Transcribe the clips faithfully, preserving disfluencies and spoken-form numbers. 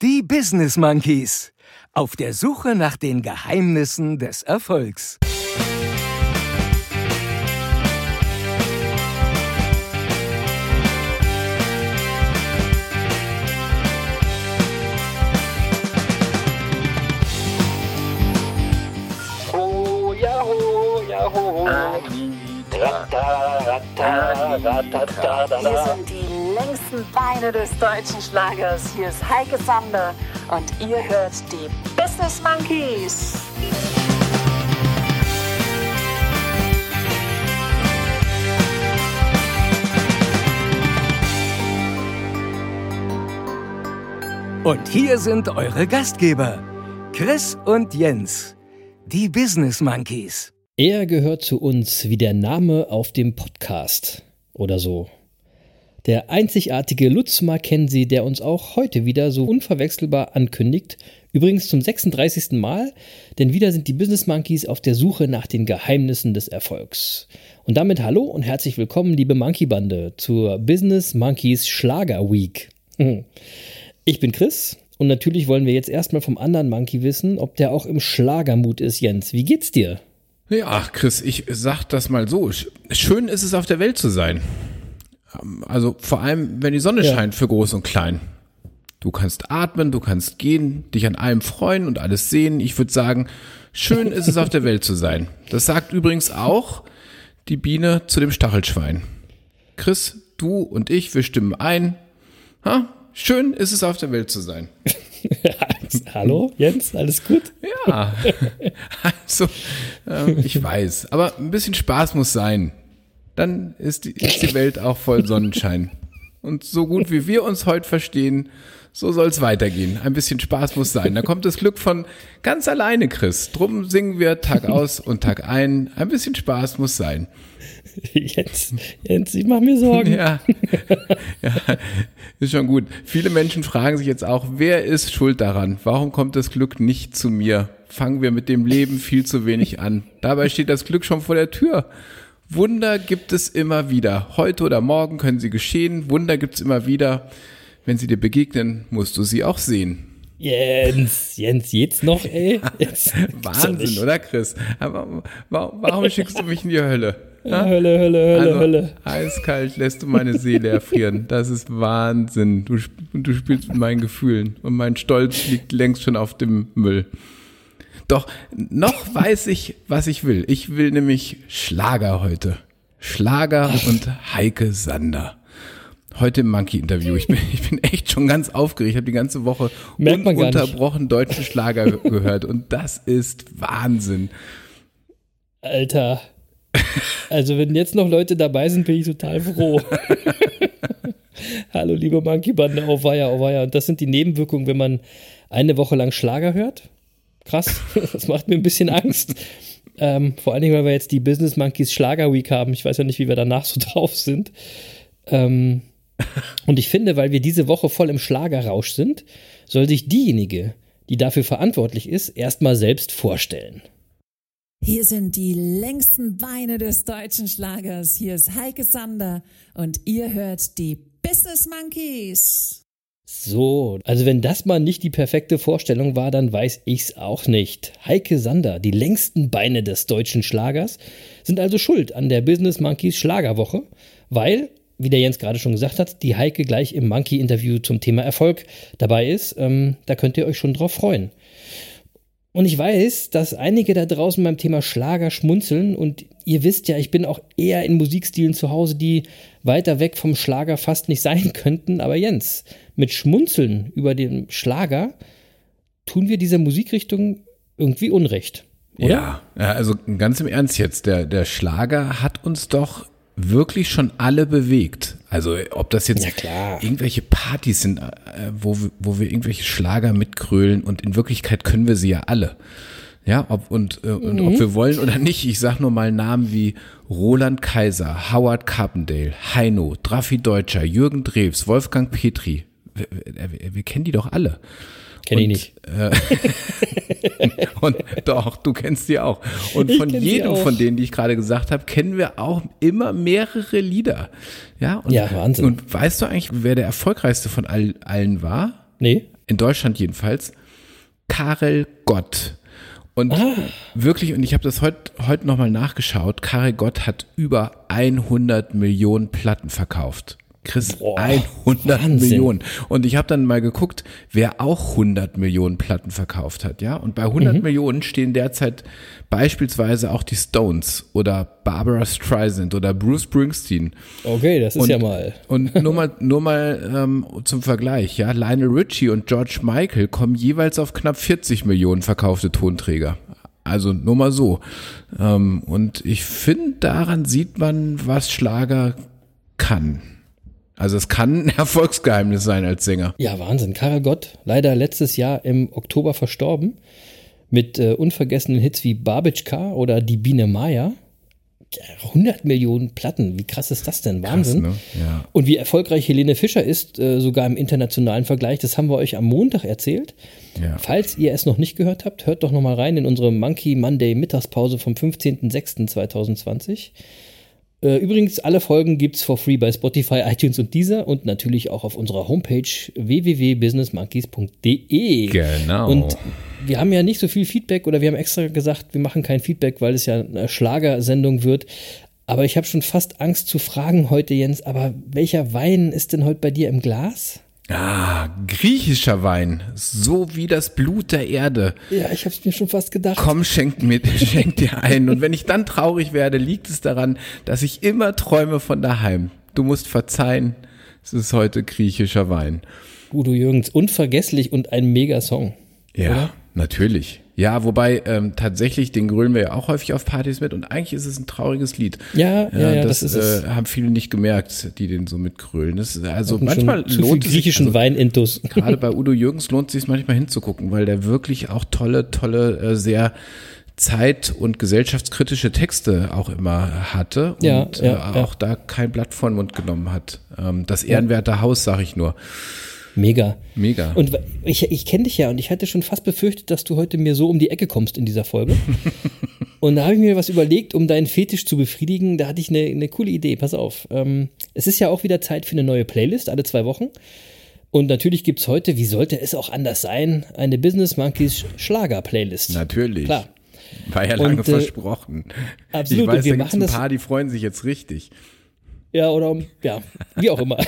Die Business Monkeys. Auf der Suche nach den Geheimnissen des Erfolgs. Ho, ja, ho, ja, ho. Hier sind die längsten Beine des deutschen Schlagers. Hier ist Heike Sander und ihr hört die Business Monkeys. Und hier sind eure Gastgeber, Chris und Jens, die Business Monkeys. Er gehört zu uns wie der Name auf dem Podcast oder so. Der einzigartige Lutz Mackenzie, der uns auch heute wieder so unverwechselbar ankündigt. Übrigens zum sechsunddreißigsten Mal, denn wieder sind die Business Monkeys auf der Suche nach den Geheimnissen des Erfolgs. Und damit hallo und herzlich willkommen, liebe Monkey-Bande, zur Business Monkeys Schlager Week. Ich bin Chris und natürlich wollen wir jetzt erstmal vom anderen Monkey wissen, ob der auch im Schlagermut ist, Jens. Wie geht's dir? Ja, Chris, ich sag das mal so. Schön ist es, auf der Welt zu sein. Also vor allem, wenn die Sonne Ja. scheint für Groß und Klein. Du kannst atmen, du kannst gehen, dich an allem freuen und alles sehen. Ich würde sagen, schön ist es, auf der Welt zu sein. Das sagt übrigens auch die Biene zu dem Stachelschwein. Chris, du und ich, wir stimmen ein. Ha? Schön ist es, auf der Welt zu sein. Hallo, Jens, alles gut? Ja, also, ähm, ich weiß, aber ein bisschen Spaß muss sein. Dann ist die, ist die Welt auch voll Sonnenschein. Und so gut wie wir uns heute verstehen, so soll es weitergehen. Ein bisschen Spaß muss sein. Da kommt das Glück von ganz alleine, Chris. Drum singen wir Tag aus und Tag ein. Ein bisschen Spaß muss sein. Jens, Jens, ich mache mir Sorgen. Ja. Ja, ist schon gut. Viele Menschen fragen sich jetzt auch, wer ist schuld daran? Warum kommt das Glück nicht zu mir? Fangen wir mit dem Leben viel zu wenig an. Dabei steht das Glück schon vor der Tür. Wunder gibt es immer wieder. Heute oder morgen können sie geschehen. Wunder gibt es immer wieder. Wenn sie dir begegnen, musst du sie auch sehen. Jens, Jens, jetzt noch, ey? Jetzt, Wahnsinn, oder Chris? Aber warum, warum schickst du mich in die Hölle? Ja, Hölle, Hölle, Hölle, Also, Hölle. eiskalt lässt du meine Seele erfrieren. Das ist Wahnsinn. Du, sp- du spielst mit meinen Gefühlen und mein Stolz liegt längst schon auf dem Müll. Doch noch weiß ich, was ich will. Ich will nämlich Schlager heute. Schlager und Heike Sander. Heute im Monkey-Interview. Ich bin, ich bin echt schon ganz aufgeregt. Ich habe die ganze Woche Merkt man gar nicht. ununterbrochen deutschen Schlager ge- gehört. Und das ist Wahnsinn. Alter. Also wenn jetzt noch Leute dabei sind, bin ich total froh. Hallo, liebe Monkey-Bande, oh weia, oh weia. Und das sind die Nebenwirkungen, wenn man eine Woche lang Schlager hört. Krass, das macht mir ein bisschen Angst. Ähm, vor allen Dingen, weil wir jetzt die Business Monkeys Schlager Week haben. Ich weiß ja nicht, wie wir danach so drauf sind. Ähm, und ich finde, weil wir diese Woche voll im Schlagerrausch sind, soll sich diejenige, die dafür verantwortlich ist, erstmal selbst vorstellen. Hier sind die längsten Beine des deutschen Schlagers. Hier ist Heike Sander und ihr hört die Business Monkeys. So, also wenn das mal nicht die perfekte Vorstellung war, dann weiß ich's auch nicht. Heike Sander, die längsten Beine des deutschen Schlagers, sind also schuld an der Business Monkeys Schlagerwoche, weil, wie der Jens gerade schon gesagt hat, die Heike gleich im Monkey-Interview zum Thema Erfolg dabei ist. Ähm, da könnt ihr euch schon drauf freuen. Und ich weiß, dass einige da draußen beim Thema Schlager schmunzeln und ihr wisst ja, ich bin auch eher in Musikstilen zu Hause, die weiter weg vom Schlager fast nicht sein könnten. Aber Jens, mit Schmunzeln über den Schlager tun wir dieser Musikrichtung irgendwie Unrecht, oder? Ja, ja, also ganz im Ernst jetzt, der, der Schlager hat uns doch wirklich schon alle bewegt. Also ob das jetzt Ja, klar. irgendwelche Partys sind, äh, wo, wir- wo wir irgendwelche Schlager mitgrölen und in Wirklichkeit können wir sie ja alle. Ja, ob, und, äh, und Mhm. ob wir wollen oder nicht, ich sag nur mal Namen wie Roland Kaiser, Howard Carpendale, Heino, Draffi Deutscher, Jürgen Drews, Wolfgang Petri. Wir, wir, wir kennen die doch alle. Kenn ich Und, nicht. Äh, und doch, du kennst die auch. Und Ich von kenn sie jedem auch. von denen, die ich gerade gesagt habe, kennen wir auch immer mehrere Lieder. Ja, und, Ja, Wahnsinn. Und weißt du eigentlich, wer der erfolgreichste von all, allen war? Nee? in Deutschland jedenfalls, Karel Gott. Und ah. wirklich, und ich habe das heute heut nochmal nachgeschaut, Karel Gott hat über hundert Millionen Platten verkauft. Chris, Boah, hundert Wahnsinn. Millionen. Und ich habe dann mal geguckt, wer auch hundert Millionen Platten verkauft hat, ja. Und bei hundert mhm. Millionen stehen derzeit beispielsweise auch die Stones oder Barbara Streisand oder Bruce Springsteen. Okay, das ist und, ja mal. Und nur mal, nur mal ähm, zum Vergleich, ja. Lionel Richie und George Michael kommen jeweils auf knapp vierzig Millionen verkaufte Tonträger. Also nur mal so. Ähm, und ich finde, daran sieht man, was Schlager kann. Also es kann ein Erfolgsgeheimnis sein als Sänger. Ja, Wahnsinn. Karel Gott, leider letztes Jahr im Oktober verstorben, mit äh, unvergessenen Hits wie Babitschka oder Die Biene Maya. hundert Millionen Platten, wie krass ist das denn? Wahnsinn. Krass, ne? Ja. Und wie erfolgreich Helene Fischer ist, äh, sogar im internationalen Vergleich, das haben wir euch am Montag erzählt. Ja. Falls ihr es noch nicht gehört habt, hört doch nochmal rein in unsere Monkey Monday Mittagspause vom fünfzehnten sechsten zweitausendzwanzig. Übrigens, alle Folgen gibt's for free bei Spotify, iTunes und Deezer und natürlich auch auf unserer Homepage w w w punkt business monkeys punkt d e. Genau. Und wir haben ja nicht so viel Feedback oder wir haben extra gesagt, wir machen kein Feedback, weil es ja eine Schlagersendung wird. Aber ich habe schon fast Angst zu fragen heute, Jens, aber welcher Wein ist denn heute bei dir im Glas? Ah, griechischer Wein, so wie das Blut der Erde. Ja, ich hab's mir schon fast gedacht. Komm, schenk mir, schenk dir ein. Und wenn ich dann traurig werde, liegt es daran, dass ich immer träume von daheim. Du musst verzeihen, es ist heute griechischer Wein. Udo Jürgens, unvergesslich und ein Mega-Song. Ja, oder? Natürlich. Ja, wobei ähm, tatsächlich, den grölen wir ja auch häufig auf Partys mit und eigentlich ist es ein trauriges Lied. Ja, ja, ja, das, das ist es. Äh, haben viele nicht gemerkt, die den so mitgrölen. Das ist, also Hatten manchmal zu lohnt viel es griechischen sich, also, Weinintus. Gerade bei Udo Jürgens lohnt es sich manchmal hinzugucken, weil der wirklich auch tolle, tolle, äh, sehr zeit- und gesellschaftskritische Texte auch immer hatte und ja, ja, äh, auch ja. da kein Blatt vor den Mund genommen hat. Ähm, das ehrenwerte Haus, sag ich nur. Mega. Mega. Und ich, ich kenne dich ja und ich hatte schon fast befürchtet, dass du heute mir so um die Ecke kommst in dieser Folge. Und da habe ich mir was überlegt, um deinen Fetisch zu befriedigen. Da hatte ich eine, eine coole Idee. Pass auf. Ähm, es ist ja auch wieder Zeit für eine neue Playlist, alle zwei Wochen. Und natürlich gibt es heute, wie sollte es auch anders sein, eine Business Monkeys Schlager-Playlist. Natürlich. Klar. War ja lange und, äh, versprochen. Absolut. Ich weiß, und wir da machen gibt's ein das. paar, die freuen sich jetzt richtig. Ja, oder um, ja, wie auch immer.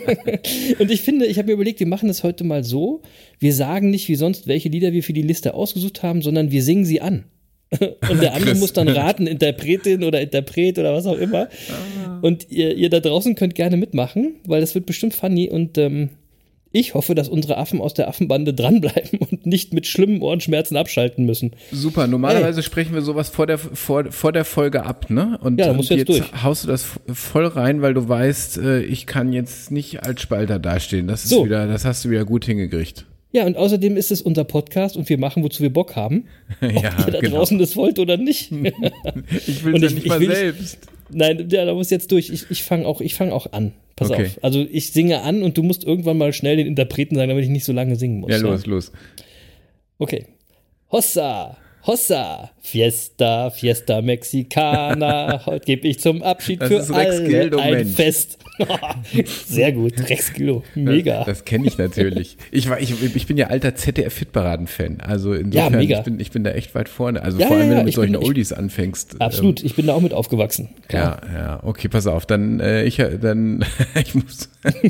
Und ich finde, ich habe mir überlegt, wir machen das heute mal so. Wir sagen nicht wie sonst, welche Lieder wir für die Liste ausgesucht haben, sondern wir singen sie an. Und der andere muss dann raten, Interpretin oder Interpret oder was auch immer. Und ihr, ihr da draußen könnt gerne mitmachen, weil das wird bestimmt funny. Und ähm, ich hoffe, dass unsere Affen aus der Affenbande dranbleiben und nicht mit schlimmen Ohrenschmerzen abschalten müssen. Super, normalerweise hey. sprechen wir sowas vor der, vor, vor der Folge ab, ne? Und, ja, musst und jetzt, jetzt durch. haust du das voll rein, weil du weißt, ich kann jetzt nicht als Spalter dastehen. Das ist so. wieder, das hast du wieder gut hingekriegt. Ja, und außerdem ist es unser Podcast und wir machen, wozu wir Bock haben. Ob ja, ihr da genau. draußen das wollt oder nicht. Ich will es ja nicht mal selbst. Nein, ja, da muss jetzt durch. Ich, ich fange auch, ich fang auch an. Pass okay. auf. Also ich singe an und du musst irgendwann mal schnell den Interpreten sagen, damit ich nicht so lange singen muss. Ja, los, ja? los. Okay. Hossa, Hossa, Fiesta, Fiesta Mexicana. Heute gebe ich zum Abschied das für ist Rex alle Gildo, ein Mensch. Fest. Sehr gut, Rex Gildo, mega. Das, das kenne ich natürlich. Ich, war, ich, ich bin ja alter Z D F-Hitparaden-Fan. Also insofern, ja, mega. Ich, bin, ich bin da echt weit vorne. Also ja, vor allem, ja, wenn du mit solchen bin, Oldies ich, anfängst. Absolut, ähm, ich bin da auch mit aufgewachsen. Klar. Ja, ja, okay, pass auf. Dann, äh, ich, dann, ich muss.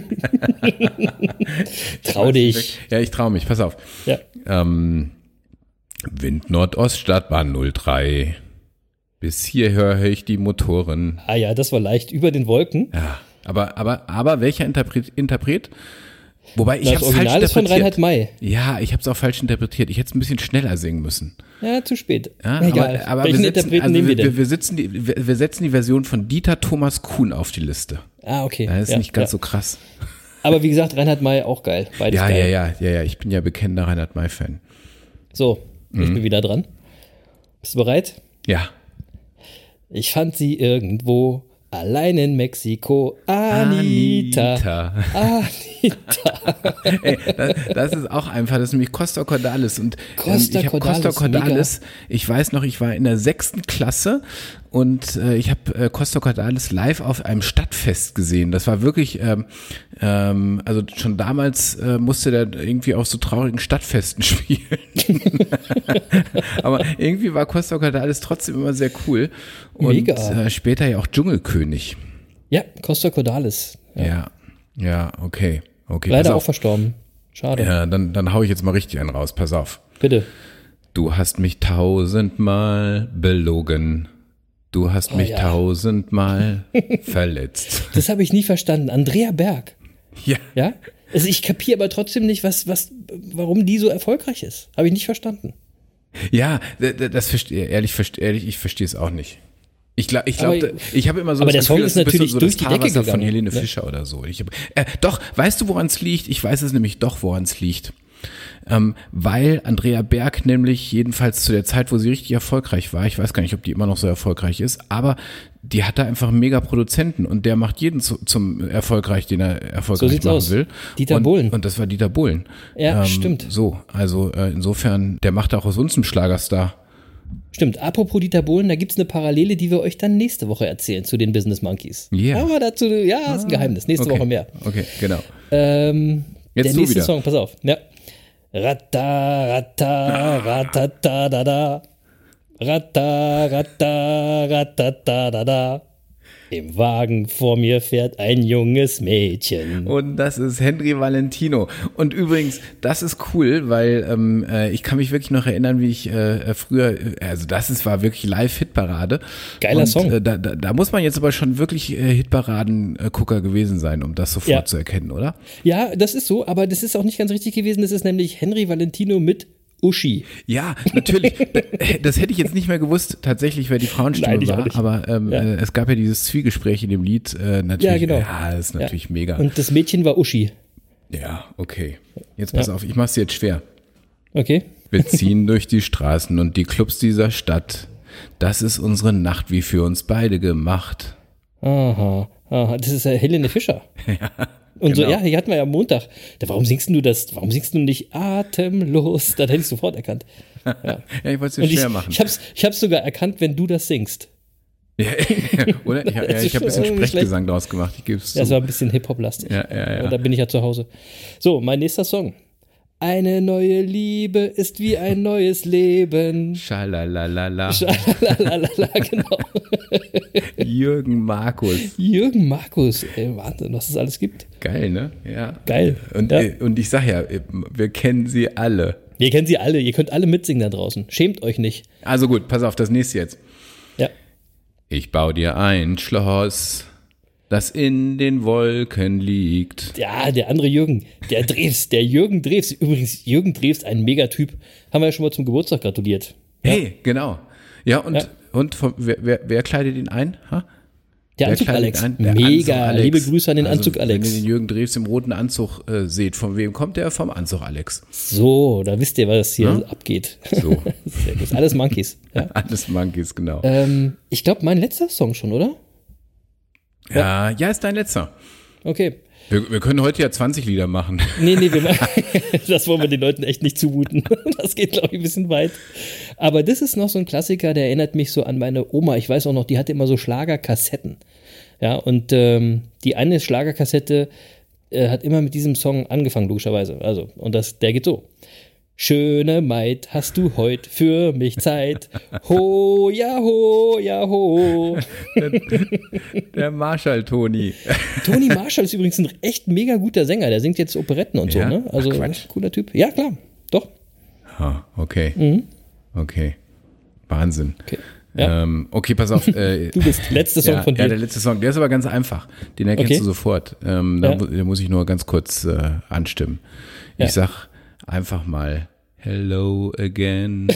Trau dich. Ja, ich trau mich, pass auf. Ja. Ähm, Wind Nordost, Stadtbahn null drei. Bis hier höre ich die Motoren. Ah ja, das war leicht über den Wolken. Ja, aber, aber, aber welcher Interpret? Interpret? Wobei, ich habe es falsch interpretiert. Das von Reinhard May. Ja, ich habe es auch falsch interpretiert. Ich hätte es ein bisschen schneller singen müssen. Ja, zu spät. Ja, egal. Aber, aber Welchen wir, setzen, Interpreten also nehmen wir wir, denn? wir, sitzen die, wir, wir setzen die Version von Dieter Thomas Kuhn auf die Liste. Ah, okay. Das ist ja, nicht ganz ja. so krass. Aber wie gesagt, Reinhard May auch geil. Beides ja, geil. ja, ja, ja, ja. Ich bin ja bekennender Reinhard May-Fan. So, ich mhm. bin wieder dran. Bist du bereit? Ja. Ich fand sie irgendwo Allein in Mexiko, Anita. Anita. Anita. Ey, das, das ist auch einfach, das ist nämlich Costa Cordalis. Und Costa ähm, ich habe Costa Cordalis, ich weiß noch, ich war in der sechsten Klasse und äh, ich habe äh, Costa Cordalis live auf einem Stadtfest gesehen. Das war wirklich, ähm, ähm, also schon damals äh, musste der irgendwie auf so traurigen Stadtfesten spielen. Aber irgendwie war Costa Cordalis trotzdem immer sehr cool. Und Mega. Äh, später ja auch Dschungelkönig. Ja, Costa Cordalis. Ja, ja, ja okay. okay Leider pass auch auf. verstorben. Schade. Ja, dann, dann hau ich jetzt mal richtig einen raus. Pass auf. Bitte. Du hast mich tausendmal belogen. Du hast Oh, mich ja. tausendmal verletzt. Das habe ich nie verstanden. Andrea Berg. Ja. Ja? Also ich kapiere aber trotzdem nicht, was, was, warum die so erfolgreich ist. Habe ich nicht verstanden. Ja, das, das verstehe ehrlich, verstehe, ehrlich, ich verstehe es auch nicht. Ich glaube, ich glaube, Aber- ich habe immer so aber das der Gefühl, Song das ist ist ein bisschen natürlich so durch das die Decke Fahrwasser von gegangen, Helene ne? Fischer oder so. Ich hab, äh, doch, weißt du, woran es liegt? Ich weiß es nämlich doch, woran es liegt. Ähm, weil Andrea Berg nämlich jedenfalls zu der Zeit, wo sie richtig erfolgreich war, ich weiß gar nicht, ob die immer noch so erfolgreich ist, aber die hatte einfach einen mega Produzenten und der macht jeden zu, zum erfolgreich, den er erfolgreich sieht's machen aus. will. Dieter und, Bohlen. Und das war Dieter Bohlen. Ja, stimmt. So, also äh, insofern, der macht auch aus uns einen Schlagerstar. Stimmt, apropos Dieter Bohlen, da gibt es eine Parallele, die wir euch dann nächste Woche erzählen zu den Business Monkeys. Yeah. Aber dazu, ja, ist ein Geheimnis. Nächste okay. Woche mehr. Okay, genau. Ähm, Jetzt der du nächste wieder. Song, pass auf. Ja. Ratta, ratta, ratata, da, da. Ratta, ratta, ratata, da, da. Im Wagen vor mir fährt ein junges Mädchen. Und das ist Henry Valentino. Und übrigens, das ist cool, weil ähm, äh, ich kann mich wirklich noch erinnern, wie ich äh, früher, also das ist, war wirklich Live-Hitparade. Geiler und, Song. Äh, da, da, da muss man jetzt aber schon wirklich äh, Hitparaden-Gucker gewesen sein, um das sofort Ja. zu erkennen, oder? Ja, das ist so, aber das ist auch nicht ganz richtig gewesen. Das ist nämlich Henry Valentino mit Uschi. Ja, natürlich. Das hätte ich jetzt nicht mehr gewusst, tatsächlich, wer die Frauenstimme Nein, ich auch war. nicht. Aber ähm, Ja. äh, es gab ja dieses Zwiegespräch in dem Lied. Äh, natürlich, Ja, genau. Ja, das ist natürlich Ja. mega. Und das Mädchen war Uschi. Ja, okay. Jetzt pass Ja. auf, ich mach's dir jetzt schwer. Okay. Wir ziehen durch die Straßen und die Clubs dieser Stadt. Das ist unsere Nacht wie für uns beide gemacht. Aha, aha. Das ist ja Helene Fischer. Und so, genau. ja, hier hatten wir ja am Montag. Da, warum singst du das? Warum singst du nicht atemlos? Das hätte ich sofort erkannt. Ja, Ja, ich wollte es dir Und ich, schwer machen. ich hab's, ich hab's sogar erkannt, wenn du das singst. Ja, oder? Ich, ja, Das ist ich habe ein bisschen schon nicht Sprechgesang draus gemacht. Ich gebe es Ja, das zu. war ein bisschen Hip-Hop-lastig. Ja, ja, ja. Und da bin ich ja zu Hause. So, mein nächster Song. Eine neue Liebe ist wie ein neues Leben. Schalalalala. Schalalala, genau. Jürgen Markus. Jürgen Markus, ey, Wahnsinn, was es alles gibt. Geil, ne? Ja. Geil. Und, Ja. äh, und ich sag ja, wir kennen sie alle. Ihr kennt sie alle, ihr könnt alle mitsingen da draußen. Schämt euch nicht. Also gut, pass auf, das nächste jetzt. Ja. Ich baue dir ein Schloss, das in den Wolken liegt. Ja, der andere Jürgen, der Drews, der Jürgen Drews. Übrigens, Jürgen Drews, ein Megatyp. Haben wir ja schon mal zum Geburtstag gratuliert. Hey, genau. Ja, und, Ja. und von, wer, wer, wer kleidet ihn ein? Ha? Der Wer Anzug kleidet Alex. ihn ein? Der Mega. Anzug Alex. Liebe Grüße an den Also, Anzug Alex. Wenn ihr den Jürgen Drews im roten Anzug äh, seht, von wem kommt der? Vom Anzug Alex. So, da wisst ihr, was hier Ja? abgeht. So. Sehr gut. Alles Monkeys. Ja. Alles Monkeys, genau. Ähm, ich glaube, mein letzter Song schon, oder? ja, ja, ist dein letzter. Okay. Wir, wir können heute ja zwanzig Lieder machen. Nee, nee, wir machen, das wollen wir den Leuten echt nicht zumuten. Das geht, glaube ich, ein bisschen weit. Aber das ist noch so ein Klassiker, der erinnert mich so an meine Oma. Ich weiß auch noch, die hatte immer so Schlagerkassetten. Ja, und ähm, die eine Schlagerkassette äh, hat immer mit diesem Song angefangen, logischerweise. Also, und das, der geht so. Schöne Maid, hast du heut für mich Zeit? Ho, ja, ho, ja, ho. Der Marshall-Toni. Toni Marshall ist übrigens ein echt mega guter Sänger. Der singt jetzt Operetten und Ja? so, ne? Also, Ach, Quatsch. cooler Typ. Ja, klar. Doch. Ah, okay. Mhm. Okay. Wahnsinn. Okay. Ja. Ähm, okay, pass auf. Äh, Du bist letzter Song ja, von dir. Ja, der letzte Song. Der ist aber ganz einfach. Den erkennst Okay. du sofort. Ähm, da, Ja. mu- da muss ich nur ganz kurz äh, anstimmen. Ja. Ich sag einfach mal Hello again.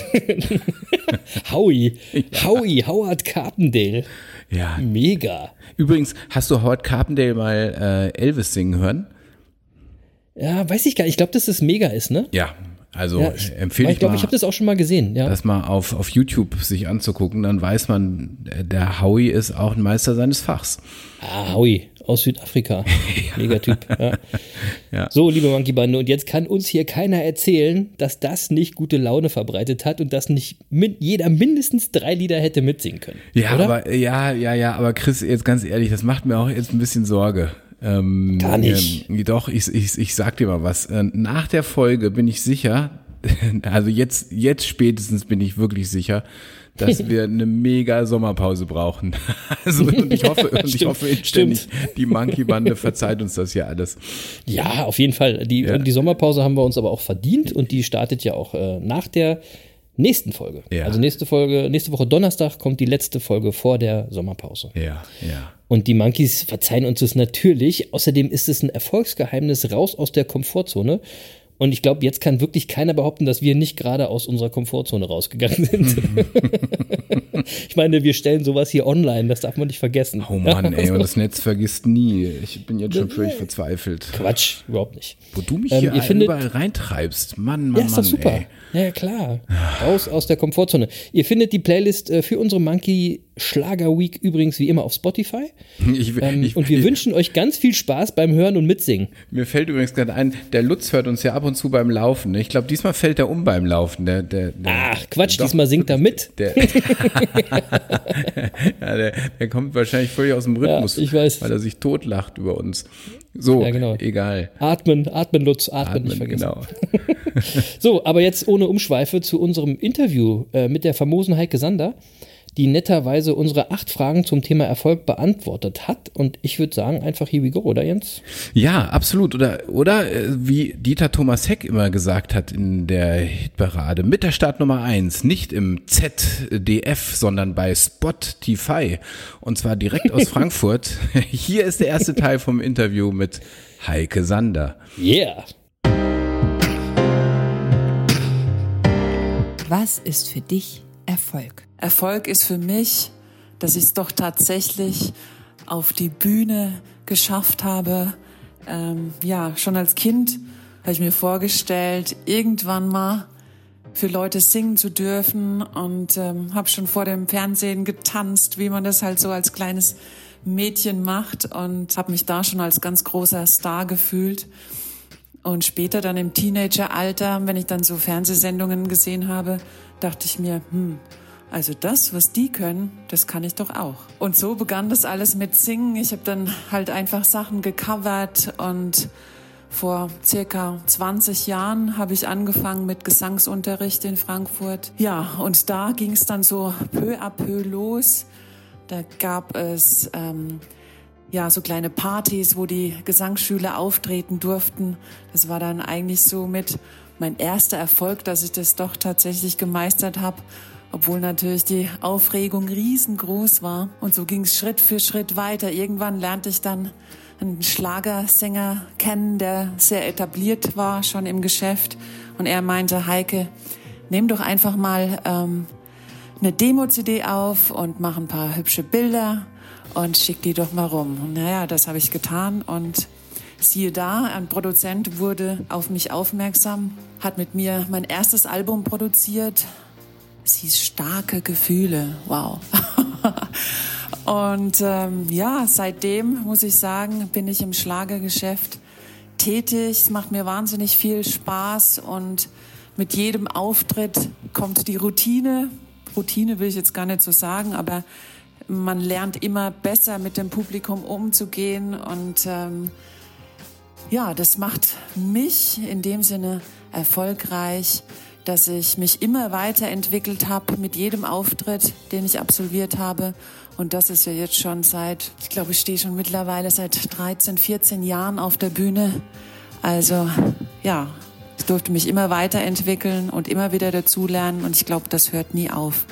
Howie. Howie, Howard Carpendale. Ja. Mega. Übrigens, hast du Howard Carpendale mal äh, Elvis singen hören? Ja, weiß ich gar nicht. Ich glaube, dass das mega ist, ne? Ja. Also Ja, ich empfehle ich, ich glaube, mal, ich habe das auch schon mal gesehen. Ja. das mal auf, auf YouTube sich anzugucken, dann weiß man, der Howie ist auch ein Meister seines Fachs. Ah, Howie aus Südafrika. Megatyp. Ja. Ja. So, liebe Monkey Bande, und jetzt kann uns hier keiner erzählen, dass das nicht gute Laune verbreitet hat und dass nicht min- jeder mindestens drei Lieder hätte mitsingen können. Ja, oder? aber ja, ja, ja, aber Chris, jetzt ganz ehrlich, das macht mir auch jetzt ein bisschen Sorge. Ähm, Gar nicht. Ähm, doch, ich, ich, ich sag dir mal was. Äh, Nach der Folge bin ich sicher, also jetzt, jetzt spätestens bin ich wirklich sicher, dass wir eine mega Sommerpause brauchen. Also und ich hoffe, und ich Stimmt, hoffe inständig, stimmt. die Monkey Bande verzeiht uns das hier alles. Ja, auf jeden Fall. Die, Ja. und die Sommerpause haben wir uns aber auch verdient und die startet ja auch äh, nach der nächsten Folge. Ja. Also nächste Folge, nächste Woche Donnerstag kommt die letzte Folge vor der Sommerpause. Ja, ja. Und die Monkeys verzeihen uns das natürlich. Außerdem ist es ein Erfolgsgeheimnis raus aus der Komfortzone. Und ich glaube, jetzt kann wirklich keiner behaupten, dass wir nicht gerade aus unserer Komfortzone rausgegangen sind. Ich meine, wir stellen sowas hier online, das darf man nicht vergessen. Oh Mann, ey, und das Netz vergisst nie. Ich bin jetzt schon völlig verzweifelt. Quatsch, überhaupt nicht. Wo du mich Ähm, hier ihr findet- überall reintreibst. Mann, Mann, Ja, ist Mann, doch super. ey. Ja, ja, klar. Raus aus der Komfortzone. Ihr findet die Playlist äh, für unsere Monkey Schlager Week übrigens wie immer auf Spotify. Ich, Ähm, ich, und wir ich, wünschen euch ganz viel Spaß beim Hören und Mitsingen. Mir fällt übrigens gerade ein, der Lutz hört uns ja ab und zu beim Laufen. Ich glaube, diesmal fällt er um beim Laufen. Der, der, der, Ach, Quatsch, doch, diesmal singt er mit. Der, ja, der, der kommt wahrscheinlich völlig aus dem Rhythmus, Ja, ich weiß. weil er sich totlacht über uns. So, Ja, genau. egal. Atmen, atmen, Lutz, atmen, nicht Atmen, vergessen. genau. So, aber jetzt ohne Umschweife zu unserem Interview äh, mit der famosen Heike Sander, die netterweise unsere acht Fragen zum Thema Erfolg beantwortet hat. Und ich würde sagen, einfach here we go, oder Jens? Ja, absolut. Oder, oder äh, wie Dieter Thomas Heck immer gesagt hat in der Hitparade, mit der Startnummer eins, nicht im Z D F, sondern bei Spotify. Und zwar direkt aus Frankfurt. Hier ist der erste Teil vom Interview mit Heike Sander. Yeah! Was ist für dich Erfolg? Erfolg ist für mich, dass ich es doch tatsächlich auf die Bühne geschafft habe. Ähm, ja, schon als Kind habe ich mir vorgestellt, irgendwann mal für Leute singen zu dürfen und ähm, habe schon vor dem Fernsehen getanzt, wie man das halt so als kleines Mädchen macht und habe mich da schon als ganz großer Star gefühlt. Und später dann im Teenageralter, wenn ich dann so Fernsehsendungen gesehen habe, dachte ich mir, hm, also das, was die können, das kann ich doch auch. Und so begann das alles mit Singen. Ich habe dann halt einfach Sachen gecovert und vor circa zwanzig Jahren habe ich angefangen mit Gesangsunterricht in Frankfurt. Ja, und da ging es dann so peu à peu los. Da gab es ähm, ja so kleine Partys, wo die Gesangsschüler auftreten durften. Das war dann eigentlich so mit mein erster Erfolg, dass ich das doch tatsächlich gemeistert habe. Obwohl natürlich die Aufregung riesengroß war. Und so ging es Schritt für Schritt weiter. Irgendwann lernte ich dann einen Schlagersänger kennen, der sehr etabliert war, schon im Geschäft. Und er meinte, Heike, nimm doch einfach mal ähm, eine Demo-C D auf und mach ein paar hübsche Bilder und schick die doch mal rum. Und naja, das habe ich getan und siehe da, ein Produzent wurde auf mich aufmerksam, hat mit mir mein erstes Album produziert. Es hieß Starke Gefühle. Wow. Und ähm, ja, seitdem, muss ich sagen, bin ich im Schlagergeschäft tätig. Es macht mir wahnsinnig viel Spaß und mit jedem Auftritt kommt die Routine. Routine will ich jetzt gar nicht so sagen, aber man lernt immer besser mit dem Publikum umzugehen und ähm, ja, das macht mich in dem Sinne erfolgreich, dass ich mich immer weiterentwickelt habe mit jedem Auftritt, den ich absolviert habe. Und das ist ja jetzt schon seit, ich glaube, ich stehe schon mittlerweile seit dreizehn, vierzehn Jahren auf der Bühne. Also ja, ich durfte mich immer weiterentwickeln und immer wieder dazulernen. Und ich glaube, das hört nie auf.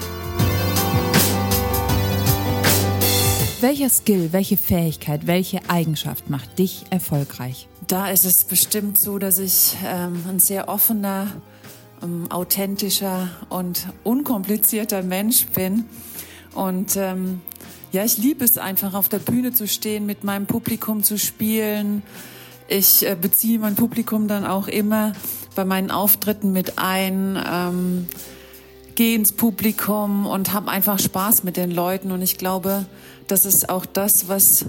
Welcher Skill, welche Fähigkeit, welche Eigenschaft macht dich erfolgreich? Da ist es bestimmt so, dass ich ähm, ein sehr offener, ähm, authentischer und unkomplizierter Mensch bin. Und ähm, ja, ich liebe es einfach, auf der Bühne zu stehen, mit meinem Publikum zu spielen. Ich äh, beziehe mein Publikum dann auch immer bei meinen Auftritten mit ein, ähm, gehe ins Publikum und habe einfach Spaß mit den Leuten. Und ich glaube, das ist auch das, was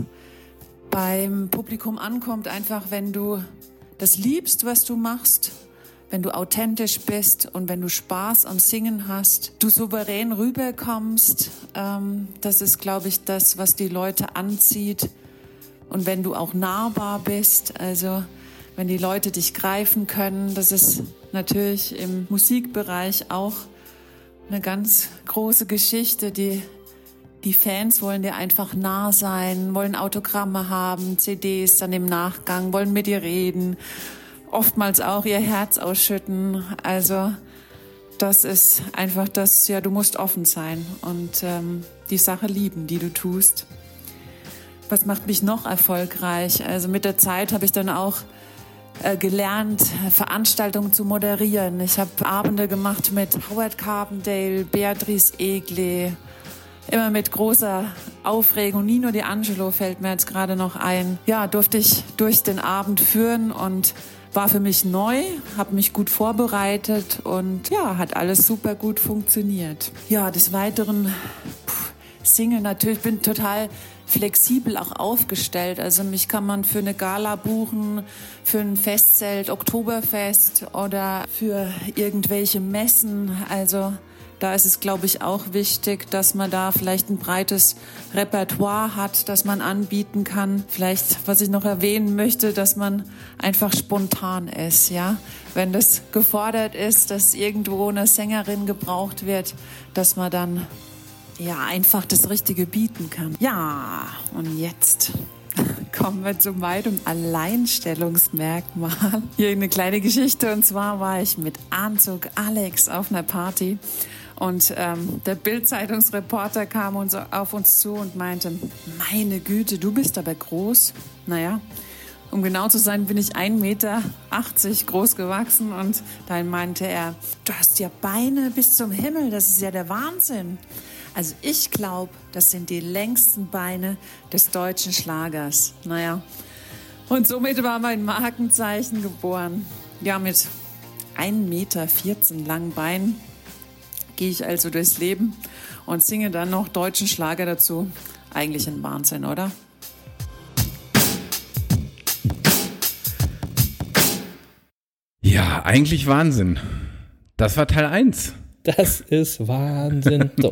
beim Publikum ankommt, einfach wenn du das liebst, was du machst, wenn du authentisch bist und wenn du Spaß am Singen hast, du souverän rüberkommst, ähm, das ist, glaube ich, das, was die Leute anzieht. Und wenn du auch nahbar bist, also wenn die Leute dich greifen können, das ist natürlich im Musikbereich auch eine ganz große Geschichte. Die, die Fans wollen dir einfach nah sein, wollen Autogramme haben, C Ds dann im Nachgang, wollen mit dir reden, oftmals auch ihr Herz ausschütten. Also das ist einfach das, ja, du musst offen sein und ähm, die Sache lieben, die du tust. Was macht mich noch erfolgreich? Also mit der Zeit habe ich dann auch äh, gelernt, Veranstaltungen zu moderieren. Ich habe Abende gemacht mit Howard Carpendale, Beatrice Egli, immer mit großer Aufregung. Nino D'Angelo fällt mir jetzt gerade noch ein. Ja, durfte ich durch den Abend führen und war für mich neu, habe mich gut vorbereitet und ja, hat alles super gut funktioniert. Ja, des Weiteren pff, Singen natürlich, bin total flexibel auch aufgestellt. Also mich kann man für eine Gala buchen, für ein Festzelt, Oktoberfest oder für irgendwelche Messen. Also da ist es, glaube ich, auch wichtig, dass man da vielleicht ein breites Repertoire hat, das man anbieten kann. Vielleicht, was ich noch erwähnen möchte, dass man einfach spontan ist, ja. Wenn das gefordert ist, dass irgendwo eine Sängerin gebraucht wird, dass man dann ja einfach das Richtige bieten kann. Ja, und jetzt kommen wir zum weiteren Alleinstellungsmerkmal. Hier eine kleine Geschichte, und zwar war ich mit Anzug Alex auf einer Party. Und ähm, der Bild-Zeitungsreporter kam uns auf uns zu und meinte, meine Güte, du bist aber groß. Naja, um genau zu sein, bin ich ein Meter achtzig groß gewachsen. Und dann meinte er, du hast ja Beine bis zum Himmel, das ist ja der Wahnsinn. Also ich glaube, das sind die längsten Beine des deutschen Schlagers. Naja, und somit war mein Markenzeichen geboren. Ja, mit ein Meter vierzehn langen Beinen gehe ich also durchs Leben und singe dann noch deutschen Schlager dazu. Eigentlich ein Wahnsinn, oder? Ja, eigentlich Wahnsinn. Das war Teil eins. Das ist Wahnsinn. So,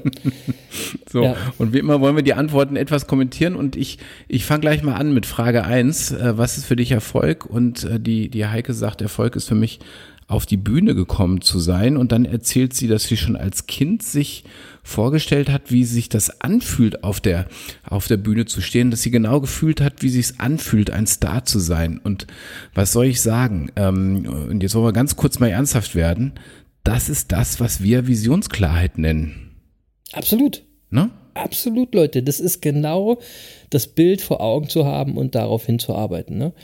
so ja. Und wie immer wollen wir die Antworten etwas kommentieren und ich, ich fange gleich mal an mit Frage eins. Äh, was ist für dich Erfolg? Und äh, die, die Heike sagt, Erfolg ist für mich, auf die Bühne gekommen zu sein, und dann erzählt sie, dass sie schon als Kind sich vorgestellt hat, wie sich das anfühlt, auf der auf der Bühne zu stehen, dass sie genau gefühlt hat, wie sich es anfühlt, ein Star zu sein. Und was soll ich sagen? Ähm, und jetzt wollen wir ganz kurz mal ernsthaft werden. Das ist das, was wir Visionsklarheit nennen. Absolut. Ne? Absolut, Leute. Das ist genau das Bild vor Augen zu haben und darauf hinzuarbeiten. Ne?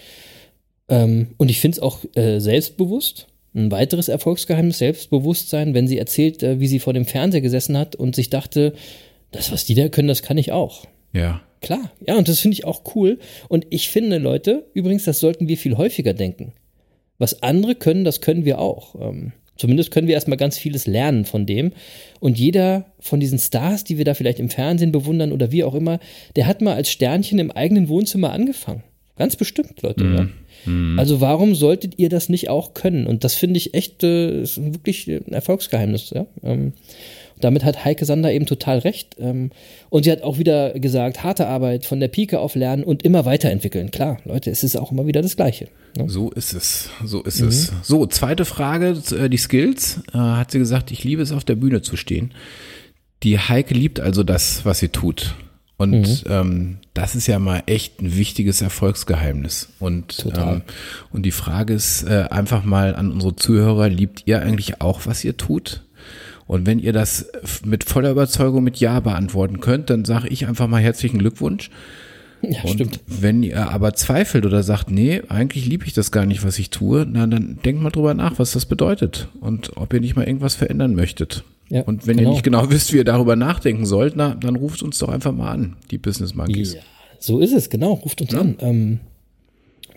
Ähm, und ich finde es auch äh, selbstbewusst. Ein weiteres Erfolgsgeheimnis, Selbstbewusstsein, wenn sie erzählt, wie sie vor dem Fernseher gesessen hat und sich dachte, das, was die da können, das kann ich auch. Ja. Klar, ja, und das finde ich auch cool. Und ich finde, Leute, übrigens, das sollten wir viel häufiger denken. Was andere können, das können wir auch. Ähm, zumindest können wir erstmal ganz vieles lernen von dem. Und jeder von diesen Stars, die wir da vielleicht im Fernsehen bewundern oder wie auch immer, der hat mal als Sternchen im eigenen Wohnzimmer angefangen. Ganz bestimmt, Leute, mhm. ja. Also warum solltet ihr das nicht auch können? Und das finde ich echt äh, ist wirklich ein Erfolgsgeheimnis. Ja? Ähm, damit hat Heike Sander eben total recht. Ähm, und sie hat auch wieder gesagt, harte Arbeit, von der Pike auf lernen und immer weiterentwickeln. Klar, Leute, es ist auch immer wieder das Gleiche. Ne? So ist es, so ist mhm. es. So, zweite Frage, die Skills. Äh, hat sie gesagt, ich liebe es, auf der Bühne zu stehen. Die Heike liebt also das, was sie tut. Und mhm. ähm, das ist ja mal echt ein wichtiges Erfolgsgeheimnis. Und, ähm, und die Frage ist äh, einfach mal an unsere Zuhörer, liebt ihr eigentlich auch, was ihr tut? Und wenn ihr das mit voller Überzeugung mit Ja beantworten könnt, dann sage ich einfach mal herzlichen Glückwunsch. Ja, und stimmt. Wenn ihr aber zweifelt oder sagt, nee, eigentlich liebe ich das gar nicht, was ich tue, na, dann denkt mal drüber nach, was das bedeutet und ob ihr nicht mal irgendwas verändern möchtet. Ja, und wenn genau. ihr nicht genau wisst, wie ihr darüber nachdenken sollt, na, dann ruft uns doch einfach mal an, die Business Monkeys. Ja, so ist es, genau, ruft uns ja. an. Ähm,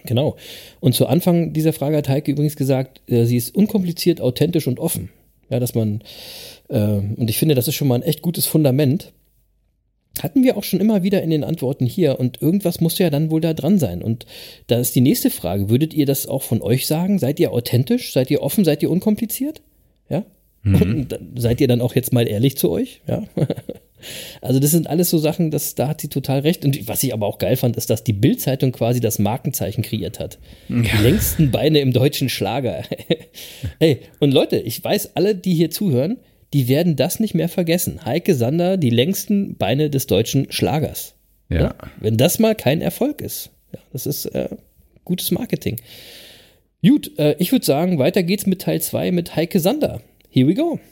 Genau. Und zu Anfang dieser Frage hat Heike übrigens gesagt, äh, sie ist unkompliziert, authentisch und offen. Ja, dass man, äh, und ich finde, das ist schon mal ein echt gutes Fundament. Hatten wir auch schon immer wieder in den Antworten hier und irgendwas muss ja dann wohl da dran sein. Und da ist die nächste Frage, würdet ihr das auch von euch sagen? Seid ihr authentisch? Seid ihr offen? Seid ihr unkompliziert? Ja? Mhm. Und seid ihr dann auch jetzt mal ehrlich zu euch? Ja. Also das sind alles so Sachen, das, da hat sie total recht. Und was ich aber auch geil fand, ist, dass die Bild-Zeitung quasi das Markenzeichen kreiert hat. Ja. Die längsten Beine im deutschen Schlager. Hey, und Leute, ich weiß, alle, die hier zuhören, die werden das nicht mehr vergessen. Heike Sander, die längsten Beine des deutschen Schlagers. Ja. Ja? Wenn das mal kein Erfolg ist. Ja, das ist äh, gutes Marketing. Gut, äh, ich würde sagen, weiter geht's mit Teil zwei mit Heike Sander. Here we go.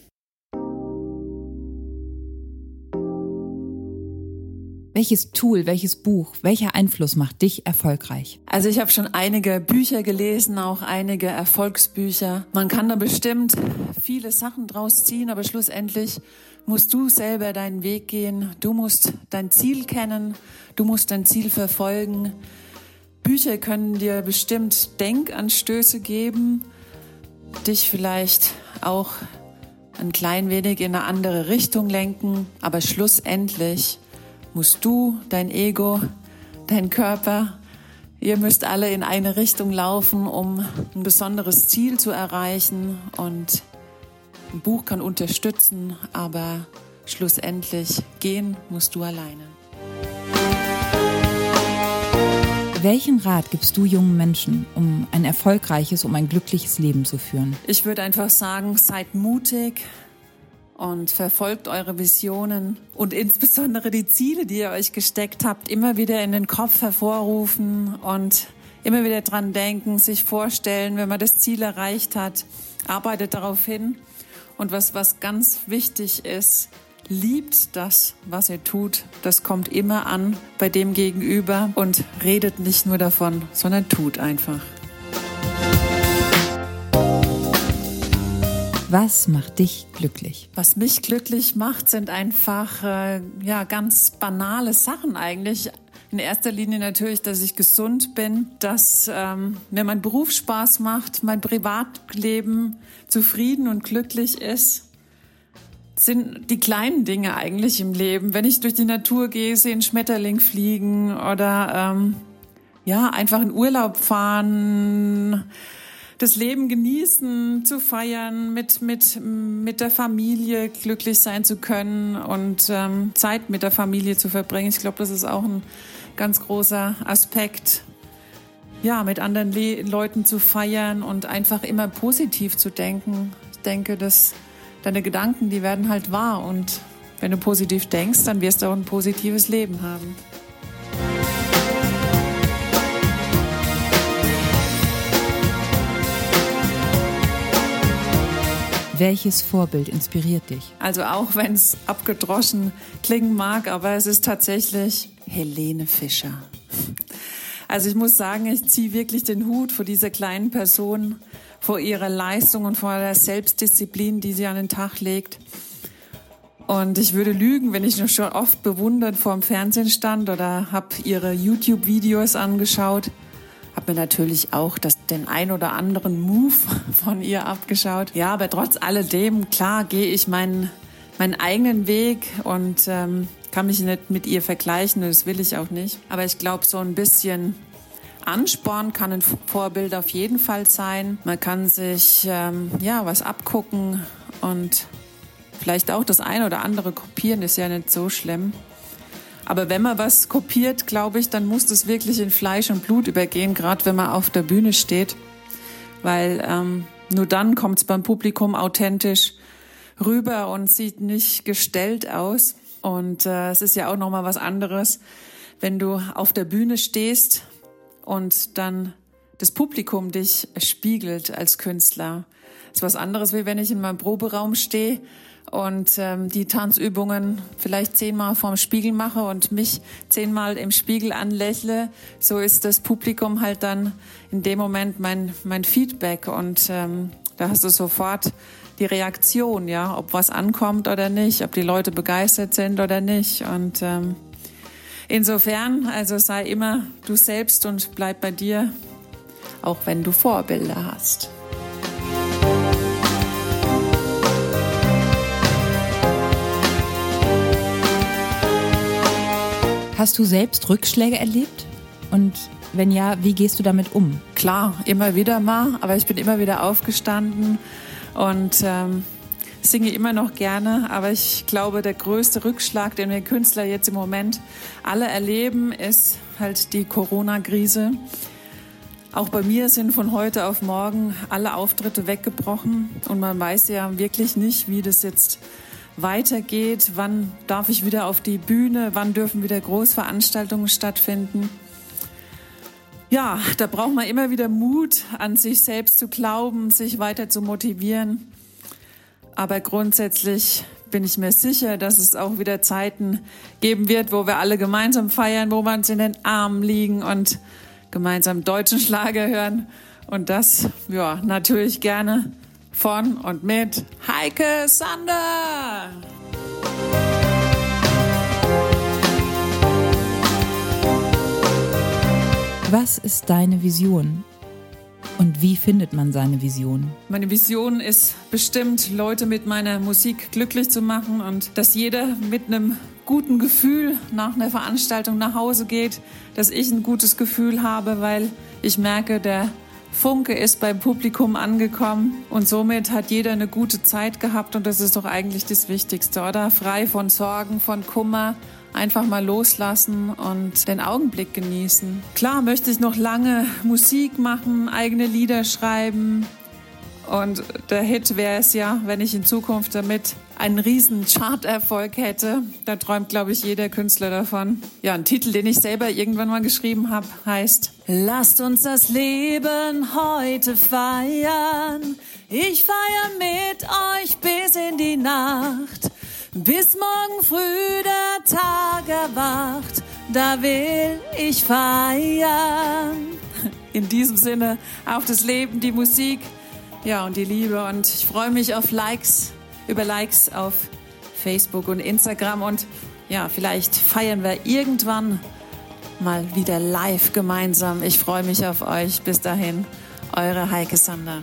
Welches Tool, welches Buch, welcher Einfluss macht dich erfolgreich? Also ich habe schon einige Bücher gelesen, auch einige Erfolgsbücher. Man kann da bestimmt viele Sachen draus ziehen, aber schlussendlich musst du selber deinen Weg gehen. Du musst dein Ziel kennen, du musst dein Ziel verfolgen. Bücher können dir bestimmt Denkanstöße geben, dich vielleicht auch ein klein wenig in eine andere Richtung lenken, aber schlussendlich musst du, dein Ego, dein Körper, ihr müsst alle in eine Richtung laufen, um ein besonderes Ziel zu erreichen. Und ein Buch kann unterstützen, aber schlussendlich gehen musst du alleine. Welchen Rat gibst du jungen Menschen, um ein erfolgreiches, um ein glückliches Leben zu führen? Ich würde einfach sagen, seid mutig und verfolgt eure Visionen und insbesondere die Ziele, die ihr euch gesteckt habt, immer wieder in den Kopf hervorrufen und immer wieder dran denken, sich vorstellen, wenn man das Ziel erreicht hat, arbeitet darauf hin. Und was, was ganz wichtig ist, liebt das, was ihr tut. Das kommt immer an bei dem Gegenüber und redet nicht nur davon, sondern tut einfach. Was macht dich glücklich? Was mich glücklich macht, sind einfach äh, ja, ganz banale Sachen eigentlich. In erster Linie natürlich, dass ich gesund bin, dass ähm, mir mein Beruf Spaß macht, mein Privatleben zufrieden und glücklich ist. Das sind die kleinen Dinge eigentlich im Leben. Wenn ich durch die Natur gehe, sehe einen Schmetterling fliegen oder ähm, ja, einfach in Urlaub fahren, das Leben genießen, zu feiern, mit, mit, mit der Familie glücklich sein zu können und ähm, Zeit mit der Familie zu verbringen. Ich glaube, das ist auch ein ganz großer Aspekt, ja, mit anderen Le- Leuten zu feiern und einfach immer positiv zu denken. Ich denke, dass deine Gedanken, die werden halt wahr und wenn du positiv denkst, dann wirst du auch ein positives Leben haben. Welches Vorbild inspiriert dich? Also auch wenn es abgedroschen klingen mag, aber es ist tatsächlich Helene Fischer. Also ich muss sagen, ich ziehe wirklich den Hut vor dieser kleinen Person, vor ihrer Leistung und vor der Selbstdisziplin, die sie an den Tag legt. Und ich würde lügen, wenn ich noch schon oft bewundert vor dem Fernsehen stand oder habe ihre YouTube-Videos angeschaut. Habe mir natürlich auch das, den ein oder anderen Move von ihr abgeschaut. Ja, aber trotz alledem, klar, gehe ich meinen, meinen eigenen Weg und ähm, kann mich nicht mit ihr vergleichen. Das will ich auch nicht. Aber ich glaube, so ein bisschen Ansporn kann ein Vorbild auf jeden Fall sein. Man kann sich ähm, ja was abgucken und vielleicht auch das eine oder andere kopieren, ist ja nicht so schlimm. Aber wenn man was kopiert, glaube ich, dann muss das wirklich in Fleisch und Blut übergehen, gerade wenn man auf der Bühne steht. Weil ähm, nur dann kommt es beim Publikum authentisch rüber und sieht nicht gestellt aus. Und äh, es ist ja auch nochmal was anderes, wenn du auf der Bühne stehst und dann das Publikum dich spiegelt als Künstler. Das ist was anderes, wie wenn ich in meinem Proberaum stehe und ähm, die Tanzübungen vielleicht zehnmal vorm Spiegel mache und mich zehnmal im Spiegel anlächle. So ist das Publikum halt dann in dem Moment mein, mein Feedback und ähm, da hast du sofort die Reaktion, ja, ob was ankommt oder nicht, ob die Leute begeistert sind oder nicht. Und ähm, insofern, also sei immer du selbst und bleib bei dir auch wenn du Vorbilder hast. Hast du selbst Rückschläge erlebt? Und wenn ja, wie gehst du damit um? Klar, immer wieder mal, aber ich bin immer wieder aufgestanden und ähm, singe immer noch gerne. Aber ich glaube, der größte Rückschlag, den wir Künstler jetzt im Moment alle erleben, ist halt die Corona-Krise. Auch bei mir sind von heute auf morgen alle Auftritte weggebrochen und man weiß ja wirklich nicht, wie das jetzt weitergeht. Wann darf ich wieder auf die Bühne? Wann dürfen wieder Großveranstaltungen stattfinden? Ja, da braucht man immer wieder Mut, an sich selbst zu glauben, sich weiter zu motivieren. Aber grundsätzlich bin ich mir sicher, dass es auch wieder Zeiten geben wird, wo wir alle gemeinsam feiern, wo wir uns in den Armen liegen und gemeinsam deutschen Schlager hören. Und das, ja, natürlich gerne von und mit Heike Sander. Was ist deine Vision? Und wie findet man seine Vision? Meine Vision ist bestimmt, Leute mit meiner Musik glücklich zu machen und dass jeder mit einem guten Gefühl nach einer Veranstaltung nach Hause geht, dass ich ein gutes Gefühl habe, weil ich merke, der Funke ist beim Publikum angekommen und somit hat jeder eine gute Zeit gehabt und das ist doch eigentlich das Wichtigste, oder? Frei von Sorgen, von Kummer, einfach mal loslassen und den Augenblick genießen. Klar möchte ich noch lange Musik machen, eigene Lieder schreiben und der Hit wäre es ja, wenn ich in Zukunft damit einen riesen Charterfolg hätte. Da träumt, glaube ich, jeder Künstler davon. Ja, ein Titel, den ich selber irgendwann mal geschrieben habe, heißt Lasst uns das Leben heute feiern. Ich feiere mit euch bis in die Nacht. Bis morgen früh der Tag erwacht, da will ich feiern. In diesem Sinne auf das Leben, die Musik, ja und die Liebe. Und ich freue mich auf Likes, über Likes auf Facebook und Instagram. Und ja, vielleicht feiern wir irgendwann mal wieder live gemeinsam. Ich freue mich auf euch. Bis dahin, eure Heike Sander.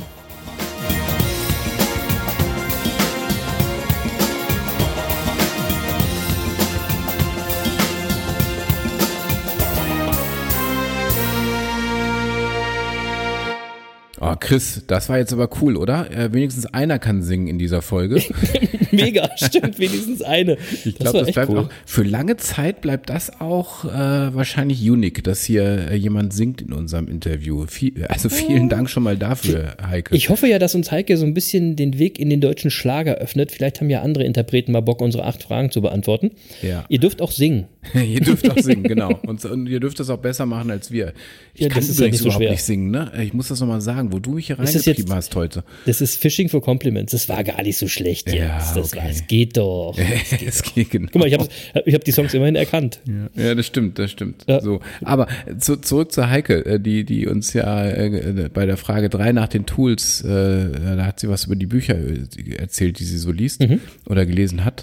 Oh, Chris, das war jetzt aber cool, oder? Äh, wenigstens einer kann singen in dieser Folge. Mega, stimmt, wenigstens eine. Ich glaube, das, das bleibt cool. Auch, für lange Zeit bleibt das auch äh, wahrscheinlich unique, dass hier äh, jemand singt in unserem Interview. Viel, also vielen Dank schon mal dafür, Heike. Ich hoffe ja, dass uns Heike so ein bisschen den Weg in den deutschen Schlager öffnet. Vielleicht haben ja andere Interpreten mal Bock, unsere acht Fragen zu beantworten. Ja. Ihr dürft auch singen. Ihr dürft auch singen, genau. Und, und ihr dürft das auch besser machen als wir. Ich ja, kann das übrigens ist ja nicht so überhaupt schwer. nicht singen, ne? Ich muss das nochmal sagen, wo du mich hier reingetrieben hast heute. Das ist Fishing for Compliments. Das war gar nicht so schlecht jetzt. Ja, das okay. war, es geht doch. Es geht es doch. geht genau. Guck mal, ich habe ich hab die Songs immerhin erkannt. Ja, ja, das stimmt, das stimmt. Ja. So, aber zu, zurück zur Heike, die, die uns ja äh, bei der Frage drei nach den Tools, äh, da hat sie was über die Bücher erzählt, die sie so liest mhm. oder gelesen hat.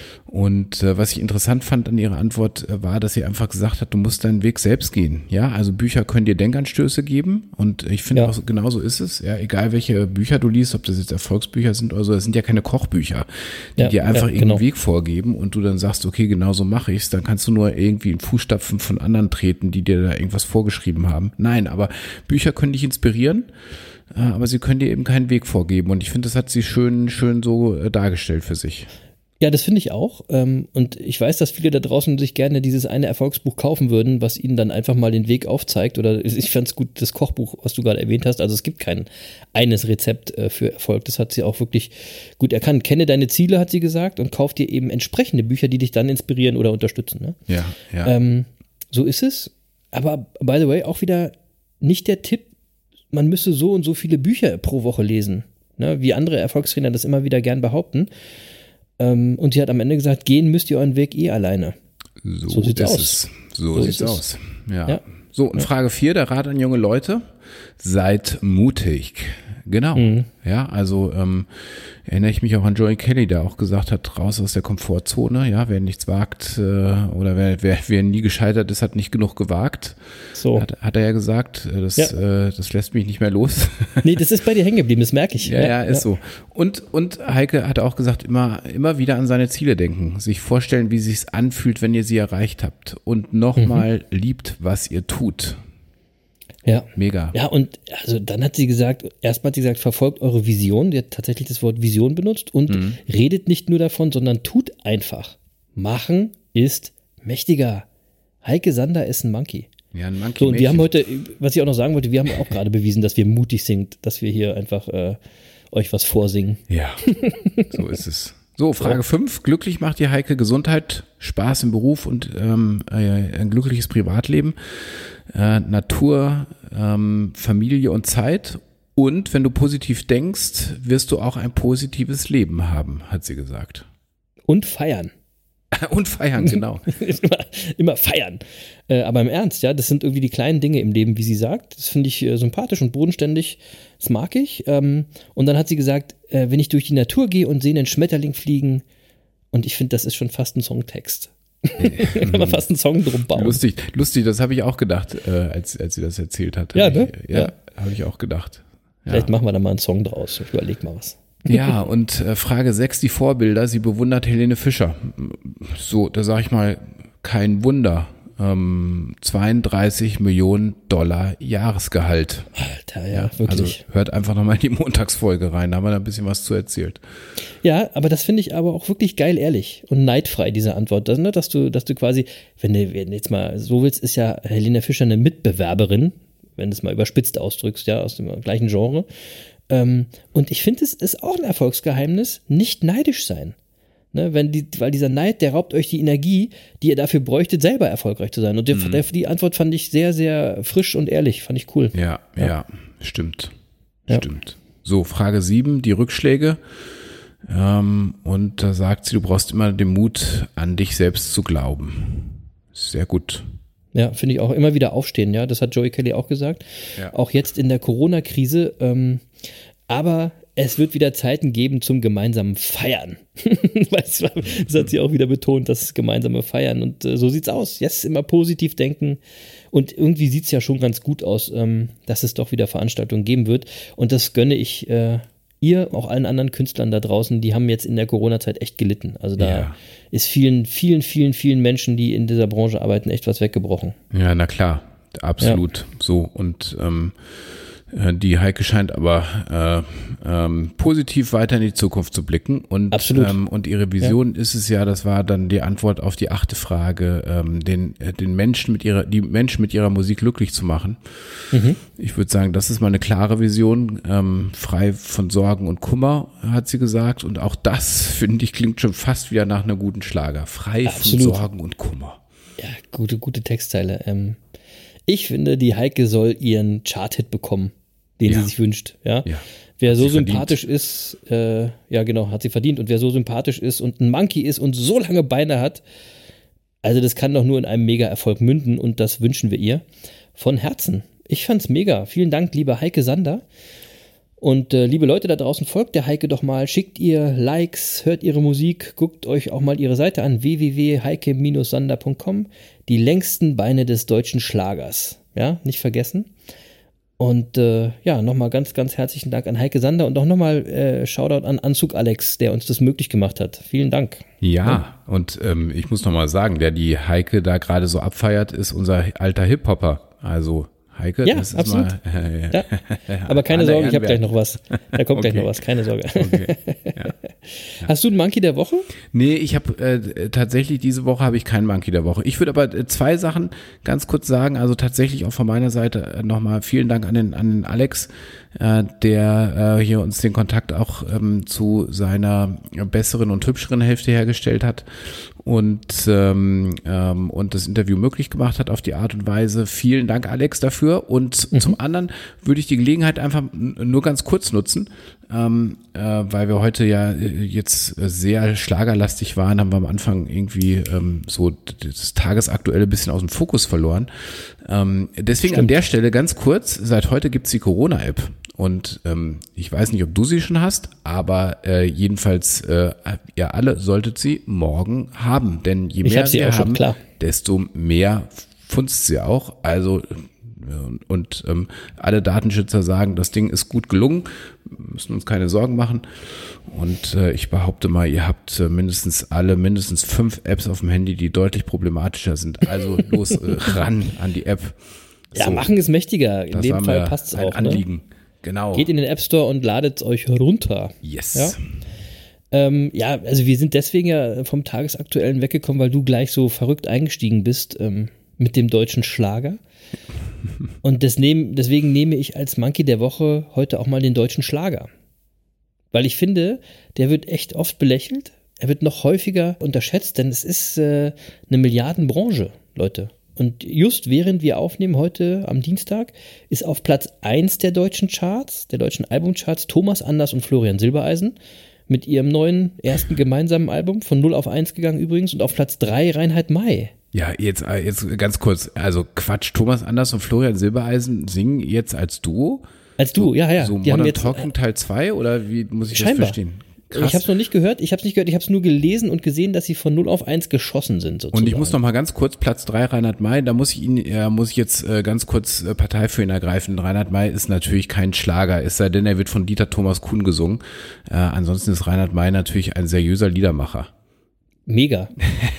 Und äh, was ich interessant fand an ihrer Antwort äh, war, dass sie einfach gesagt hat, du musst deinen Weg selbst gehen. Ja, also Bücher können dir Denkanstöße geben und ich finde ja. auch genau so ist es. Ja, egal welche Bücher du liest, ob das jetzt Erfolgsbücher sind oder so, das sind ja keine Kochbücher, die ja, dir einfach ja, irgendeinen genau. Weg vorgeben und du dann sagst, okay, genau so mache ich's. Dann kannst du nur irgendwie in Fußstapfen von anderen treten, die dir da irgendwas vorgeschrieben haben. Nein, aber Bücher können dich inspirieren. Aber sie können dir eben keinen Weg vorgeben und ich finde, das hat sie schön, schön so äh, dargestellt für sich. Ja, das finde ich auch. Und ich weiß, dass viele da draußen sich gerne dieses eine Erfolgsbuch kaufen würden, was ihnen dann einfach mal den Weg aufzeigt. Oder ich fand es gut, das Kochbuch, was du gerade erwähnt hast. Also es gibt kein eines Rezept für Erfolg. Das hat sie auch wirklich gut erkannt. Kenne deine Ziele, hat sie gesagt, und kauf dir eben entsprechende Bücher, die dich dann inspirieren oder unterstützen. Ne? Ja, ja. Ähm, so ist es. Aber by the way, auch wieder nicht der Tipp, man müsse so und so viele Bücher pro Woche lesen, ne? Wie andere Erfolgstrainer das immer wieder gern behaupten. Und sie hat am Ende gesagt, gehen müsst ihr euren Weg eh alleine. So, so sieht's ist aus. Es. So, so sieht's es. aus. Ja. ja. So, und ja. Frage vier, der Rat an junge Leute. seid mutig. Genau. Mhm. Ja, also ähm, erinnere ich mich auch an Joey Kelly, der auch gesagt hat, raus aus der Komfortzone. Ja, wer nichts wagt äh, oder wer, wer, wer nie gescheitert ist, hat nicht genug gewagt. So. Hat, hat er ja gesagt. Das, ja. Äh, das lässt mich nicht mehr los. Nee, das ist bei dir hängen geblieben, das merke ich. Ja, ja, ja ist ja. so. Und, und Heike hat auch gesagt, immer, immer wieder an seine Ziele denken. Sich vorstellen, wie es sich anfühlt, wenn ihr sie erreicht habt. Und nochmal mhm. liebt, was ihr tut. Ja. Mega. Ja, und also dann hat sie gesagt, erstmal hat sie gesagt, verfolgt eure Vision. Die hat tatsächlich das Wort Vision benutzt und mhm. redet nicht nur davon, sondern tut einfach. Machen ist mächtiger. Heike Sander ist ein Monkey. Ja, ein Monkey. So, und wir haben heute, was ich auch noch sagen wollte, wir haben auch gerade bewiesen, dass wir mutig sind, dass wir hier einfach äh, euch was vorsingen. Ja, so ist es. So, Frage fünf. Glücklich macht dir Heike Gesundheit, Spaß im Beruf und ähm, ein glückliches Privatleben, äh, Natur, ähm, Familie und Zeit. Und wenn du positiv denkst, wirst du auch ein positives Leben haben, hat sie gesagt. Und feiern. Und feiern, genau. immer, immer feiern. Äh, aber im Ernst, ja, das sind irgendwie die kleinen Dinge im Leben, wie sie sagt. Das finde ich äh, sympathisch und bodenständig. Das mag ich. Ähm, und dann hat sie gesagt, äh, wenn ich durch die Natur gehe und sehe einen Schmetterling fliegen, und ich finde, das ist schon fast ein Songtext. Kann man fast einen Song drum bauen. Lustig, lustig, das habe ich auch gedacht, äh, als, als sie das erzählt hat. Ja, ne? Ich, ja, ja. habe ich auch gedacht. Ja. Vielleicht machen wir da mal einen Song draus. Ich überleg mal was. Ja, und äh, Frage sechs, die Vorbilder. Sie bewundert Helene Fischer. So, da sage ich mal, kein Wunder. Ähm, zweiunddreißig Millionen Dollar Jahresgehalt. Alter, ja, ja wirklich. Also hört einfach nochmal in die Montagsfolge rein, da haben wir da ein bisschen was zu erzählt. Ja, aber das finde ich aber auch wirklich geil ehrlich und neidfrei, diese Antwort. Das, ne, dass du, dass du quasi, wenn du jetzt mal so willst, ist ja Helene Fischer eine Mitbewerberin, wenn du es mal überspitzt ausdrückst, ja, aus dem gleichen Genre. Ähm, und ich finde, es ist auch ein Erfolgsgeheimnis, nicht neidisch sein. Ne, wenn die, weil dieser Neid, der raubt euch die Energie, die ihr dafür bräuchtet, selber erfolgreich zu sein. Und die, mhm. die Antwort fand ich sehr, sehr frisch und ehrlich, fand ich cool. Ja, ja, ja stimmt. Ja. Stimmt. So, Frage sieben, die Rückschläge. Ähm, und da sagt sie, du brauchst immer den Mut, an dich selbst zu glauben. Sehr gut. Ja, finde ich auch, immer wieder aufstehen, ja, das hat Joey Kelly auch gesagt, ja. Auch jetzt in der Corona-Krise, ähm, aber es wird wieder Zeiten geben zum gemeinsamen Feiern. Das hat sie auch wieder betont, das gemeinsame Feiern und äh, so sieht's aus, yes, immer positiv denken und irgendwie sieht's ja schon ganz gut aus, ähm, dass es doch wieder Veranstaltungen geben wird und das gönne ich äh, ihr, auch allen anderen Künstlern da draußen, die haben jetzt in der Corona-Zeit echt gelitten. Also da ja. ist vielen, vielen, vielen, vielen Menschen, die in dieser Branche arbeiten, echt was weggebrochen. Ja, na klar, absolut. Ja. So und ähm, die Heike scheint aber äh, ähm, positiv weiter in die Zukunft zu blicken und, ähm, und ihre Vision ja. ist es ja, das war dann die Antwort auf die achte Frage, ähm, den, den Menschen mit ihrer, die Menschen mit ihrer Musik glücklich zu machen. Mhm. Ich würde sagen, das ist mal eine klare Vision, ähm, frei von Sorgen und Kummer, hat sie gesagt, und auch das, finde ich, klingt schon fast wieder nach einer guten Schlager. Frei Absolut. Von Sorgen und Kummer. Ja, gute, gute Textzeile. Ähm, ich finde, die Heike soll ihren Chart-Hit bekommen, den ja. sie sich wünscht. Ja? Ja. Wer hat so sympathisch verdient. ist, äh, ja genau, hat sie verdient. Und wer so sympathisch ist und ein Monkey ist und so lange Beine hat, also das kann doch nur in einem Mega-Erfolg münden und das wünschen wir ihr von Herzen. Ich fand's mega. Vielen Dank, liebe Heike Sander. Und äh, liebe Leute da draußen, folgt der Heike doch mal, schickt ihr Likes, hört ihre Musik, guckt euch auch mal ihre Seite an, w w w punkt heike Bindestrich sander punkt com, die längsten Beine des deutschen Schlagers, ja, nicht vergessen. Und äh, ja, nochmal ganz, ganz herzlichen Dank an Heike Sander und auch nochmal äh, Shoutout an Anzug Alex, der uns das möglich gemacht hat. Vielen Dank. Ja, ja. und ähm, ich muss nochmal sagen, der die Heike da gerade so abfeiert, ist unser alter Hip-Hopper, also Heike, ja, das ist absolut. mal. Äh, ja. Aber keine Sorge, ich habe gleich noch was. Da kommt okay. gleich noch was, keine Sorge. Okay. Ja. Ja. Hast du einen Monkey der Woche? Nee, ich habe äh, tatsächlich diese Woche habe ich keinen Monkey der Woche. Ich würde aber äh, zwei Sachen ganz kurz sagen. Also tatsächlich auch von meiner Seite äh, nochmal vielen Dank an den an den Alex, äh, der äh, hier uns den Kontakt auch ähm, zu seiner besseren und hübscheren Hälfte hergestellt hat und ähm, ähm, und das Interview möglich gemacht hat auf die Art und Weise. Vielen Dank, Alex, dafür. Und mhm. zum anderen würde ich die Gelegenheit einfach nur ganz kurz nutzen, ähm, äh, weil wir heute ja jetzt sehr schlagerlastig waren, haben wir am Anfang irgendwie ähm, so das Tagesaktuelle bisschen aus dem Fokus verloren. Ähm, deswegen Stimmt. an der Stelle ganz kurz, seit heute gibt's die Corona-App. Und ähm, ich weiß nicht, ob du sie schon hast, aber äh, jedenfalls, äh, ihr alle solltet sie morgen haben. Denn je Ich mehr hab sie wir auch schon, haben, klar. desto mehr funzt sie auch. Also und ähm, alle Datenschützer sagen, das Ding ist gut gelungen, müssen uns keine Sorgen machen. Und äh, ich behaupte mal, ihr habt äh, mindestens alle, mindestens fünf Apps auf dem Handy, die deutlich problematischer sind. Also los, äh, ran an die App. Ja, So, machen ist mächtiger. In das dem war Fall mir passt es ein auch. Anliegen. Ne? Genau. Geht in den App Store und ladet es euch runter. Yes. Ja? Ähm, ja, also wir sind deswegen ja vom Tagesaktuellen weggekommen, weil du gleich so verrückt eingestiegen bist ähm, mit dem deutschen Schlager. Und das nehm, deswegen nehme ich als Monkey der Woche heute auch mal den deutschen Schlager. Weil ich finde, der wird echt oft belächelt. Er wird noch häufiger unterschätzt, denn es ist äh, eine Milliardenbranche, Leute. Und just während wir aufnehmen heute am Dienstag, ist auf Platz eins der deutschen Charts, der deutschen Albumcharts, Thomas Anders und Florian Silbereisen mit ihrem neuen ersten gemeinsamen Album, von null auf eins gegangen übrigens, und auf Platz drei Reinhard May. Ja, jetzt, äh, jetzt ganz kurz, also Quatsch, Thomas Anders und Florian Silbereisen singen jetzt als Duo? Als Duo, ja, ja. So Die haben Modern jetzt, Talking Teil zwei oder wie muss ich Scheinbar. das verstehen? Ich habe es noch nicht gehört, ich habe es nicht gehört, ich habe es nur gelesen und gesehen, dass sie von null auf eins geschossen sind sozusagen. Und ich muss noch mal ganz kurz, Platz drei, Reinhard May, da muss ich ihn, äh, muss ich jetzt äh, ganz kurz äh, Partei für ihn ergreifen. Reinhard May ist natürlich kein Schlager, es sei denn, er wird von Dieter Thomas Kuhn gesungen. Äh, ansonsten ist Reinhard May natürlich ein seriöser Liedermacher. Mega.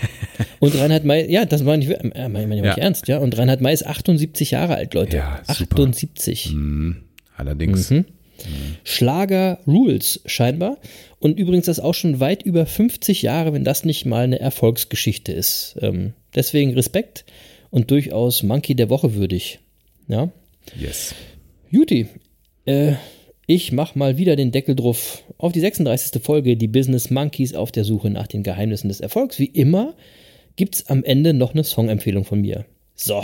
Und Reinhard May, ja, das meine ich, äh, meine ich Ja. nicht ernst, ja. Und Reinhard May ist achtundsiebzig Jahre alt, Leute. Ja, super. achtundsiebzig. Mhm. Allerdings. Mhm. Schlager Rules scheinbar. Und übrigens das auch schon weit über fünfzig Jahre, wenn das nicht mal eine Erfolgsgeschichte ist. Ähm, deswegen Respekt und durchaus Monkey der Woche würdig. Ja. Yes. Juti, äh, ich mach mal wieder den Deckel drauf auf die sechsunddreißigste Folge, die Business Monkeys auf der Suche nach den Geheimnissen des Erfolgs. Wie immer gibt's am Ende noch eine Songempfehlung von mir. So.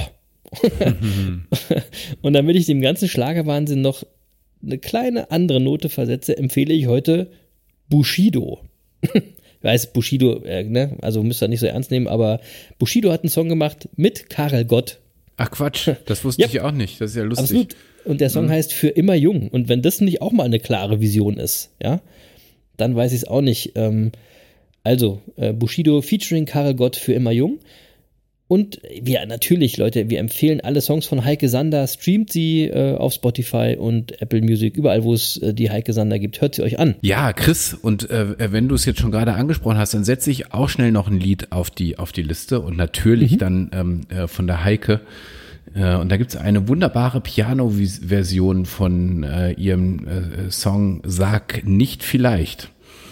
Und damit ich dem ganzen Schlagerwahnsinn noch eine kleine andere Note versetze, empfehle ich heute Bushido. Ich weiß, Bushido, äh, ne, also müsst ihr nicht so ernst nehmen, aber Bushido hat einen Song gemacht mit Karel Gott. Ach Quatsch, das wusste Ja. ich auch nicht, das ist ja lustig. Absolut. Und der Song Mhm. heißt Für immer jung. Und wenn das nicht auch mal eine klare Vision ist, ja, dann weiß ich es auch nicht. Ähm, also, äh, Bushido featuring Karel Gott, Für immer jung. Und wir natürlich, Leute, wir empfehlen alle Songs von Heike Sander. Streamt sie äh, auf Spotify und Apple Music, überall, wo es äh, die Heike Sander gibt. Hört sie euch an. Ja, Chris, und äh, wenn du es jetzt schon gerade angesprochen hast, dann setze ich auch schnell noch ein Lied auf die, auf die Liste und natürlich Mhm. dann ähm, äh, von der Heike. Äh, und da gibt's eine wunderbare Piano-Version von äh, ihrem äh, Song Sag nicht vielleicht.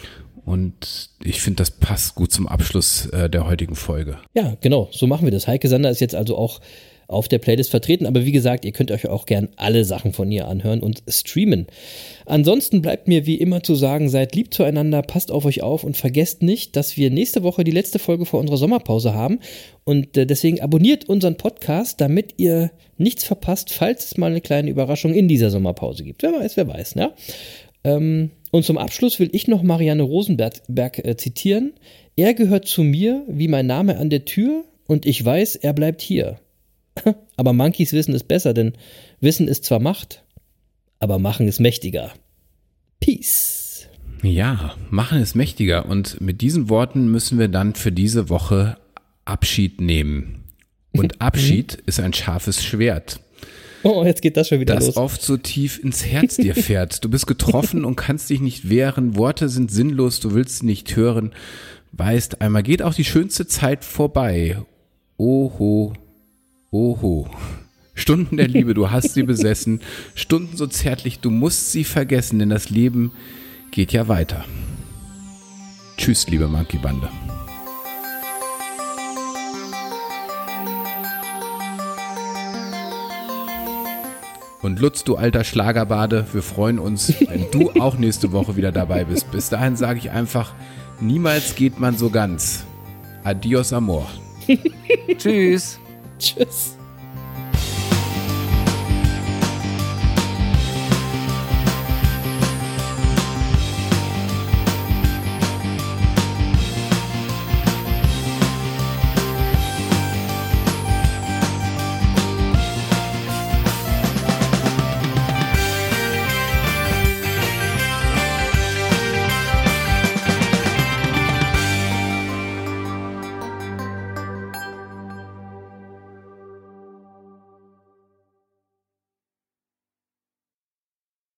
Und ich finde, das passt gut zum Abschluss äh, der heutigen Folge. Ja, genau, so machen wir das. Heike Sander ist jetzt also auch auf der Playlist vertreten, aber wie gesagt, ihr könnt euch auch gern alle Sachen von ihr anhören und streamen. Ansonsten bleibt mir wie immer zu sagen, seid lieb zueinander, passt auf euch auf und vergesst nicht, dass wir nächste Woche die letzte Folge vor unserer Sommerpause haben und äh, deswegen abonniert unseren Podcast, damit ihr nichts verpasst, falls es mal eine kleine Überraschung in dieser Sommerpause gibt. Wer weiß, wer weiß, ne? Ähm, und zum Abschluss will ich noch Marianne Rosenberg Berg, äh, zitieren. Er gehört zu mir wie mein Name an der Tür und ich weiß, er bleibt hier. Aber Monkeys wissen es besser, denn Wissen ist zwar Macht, aber Machen ist mächtiger. Peace. Ja, machen ist mächtiger. Und mit diesen Worten müssen wir dann für diese Woche Abschied nehmen. Und Abschied ist ein scharfes Schwert, Oh, jetzt geht das schon wieder das los. oft so tief ins Herz dir fährt. Du bist getroffen und kannst dich nicht wehren. Worte sind sinnlos, du willst sie nicht hören. Weißt, einmal geht auch die schönste Zeit vorbei. Oho, oho. Stunden der Liebe, du hast sie besessen. Stunden so zärtlich, du musst sie vergessen, denn das Leben geht ja weiter. Tschüss, liebe Monkey-Bande. Und Lutz, du alter Schlagerbade, wir freuen uns, wenn du auch nächste Woche wieder dabei bist. Bis dahin sage ich einfach, niemals geht man so ganz. Adios, Amor. Tschüss. Tschüss.